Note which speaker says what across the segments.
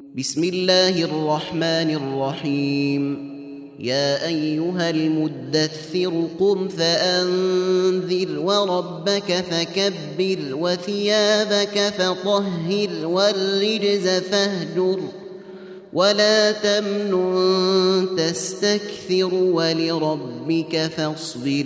Speaker 1: بسم الله الرحمن الرحيم. يا أيها المدثر قم فأنذر وربك فكبر وثيابك فطهر والرجز فاهجر ولا تمنن تستكثر ولربك فاصبر.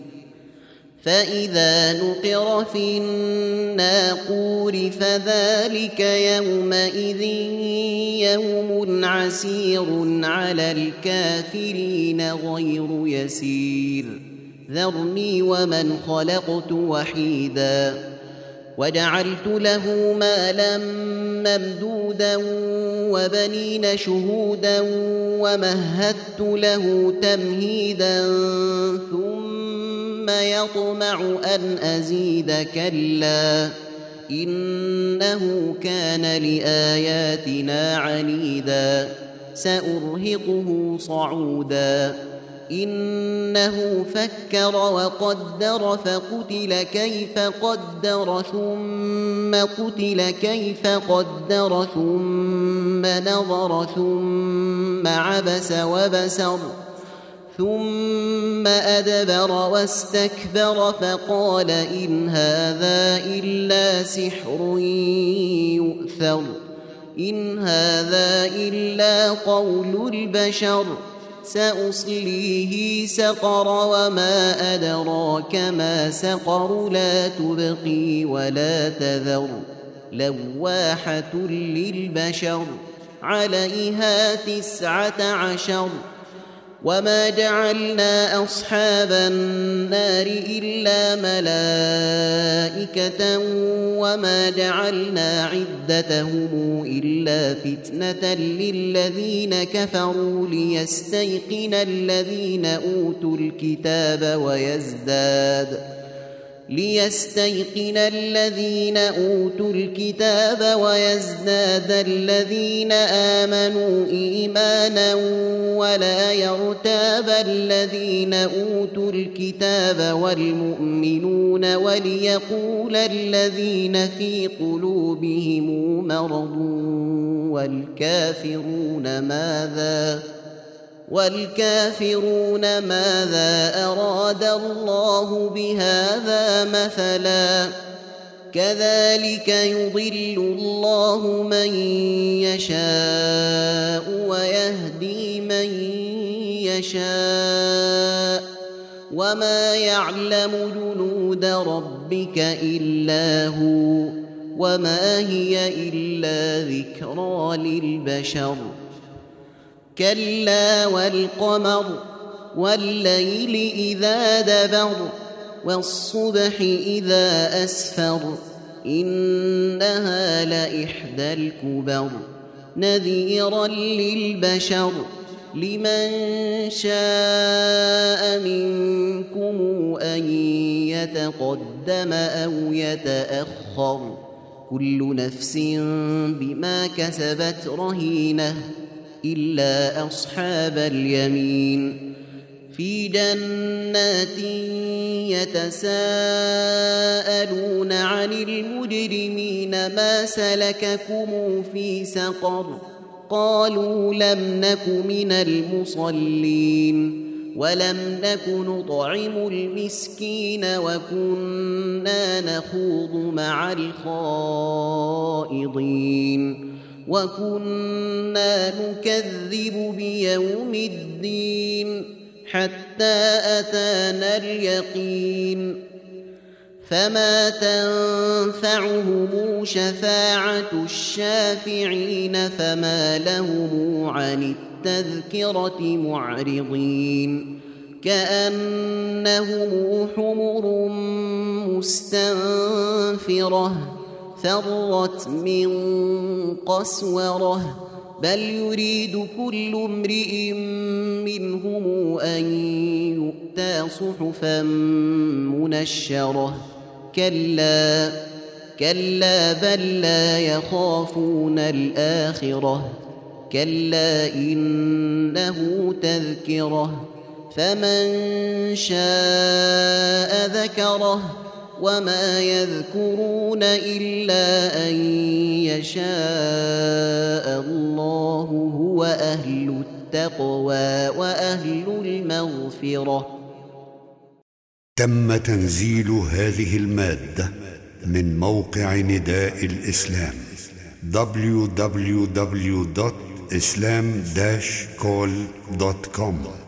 Speaker 1: فإذا نقر في الناقور فذلك يومئذ يوم عسير على الكافرين غير يسير. ذرني ومن خلقت وحيدا وجعلت له مالا ممدودا وبنين شهودا ومهدت له تمهيدا ثم يطمع أن أزيد كلا إنه كان لآياتنا عنيدا سأرهقه صعودا. إنه فكر وقدر فقتل كيف قدر ثم قتل كيف قدر ثم نظر ثم عبس وبسر ثم أدبر واستكبر فقال إن هذا إلا سحر يؤثر إن هذا إلا قول البشر سأصليه سقر وما أدراك ما سقر لا تبقي ولا تذر لواحة للبشر عليها 19. وما جعلنا أصحاب النار إلا ملائكة وما جعلنا عدتهم إلا فتنة للذين كفروا ليستيقن الذين أوتوا الكتاب ويزداد الذين آمنوا إيمانا ولا يرتاب الذين أوتوا الكتاب والمؤمنون وليقول الذين في قلوبهم مرض والكافرون ماذا أراد الله بهذا مثلا كذلك يضل الله من يشاء ويهدي من يشاء وما يعلم جنود ربك إلا هو وما هي إلا ذكرى للبشر. كلا والقمر والليل إذا دبر والصبح إذا أسفر إنها لإحدى الكبر نذيرا للبشر لمن شاء منكم أن يتقدم أو يتأخر كل نفس بما كسبت رهينة إلا أصحاب اليمين في جنات يتساءلون عن المجرمين ما سلككم في سقر قالوا لم نك من المصلين ولم نك نطعم المسكين وكنا نخوض مع الخائضين وكنا نكذب بيوم الدين حتى أتانا اليقين فما تنفعهم شفاعة الشافعين فما لهم عن التذكرة معرضين كأنهم حمر مستنفرة فرت من قسورة بل يريد كل امرئ منهم أن يؤتى صحفا منشرة كلا بل لا يخافون الآخرة كلا إنه تذكرة فمن شاء ذكره وما يذكرون إلا أن يشاء الله التقوى وأهل المغفرة.
Speaker 2: تم تنزيل هذه المادة من موقع نداء الإسلام www.islam-call.com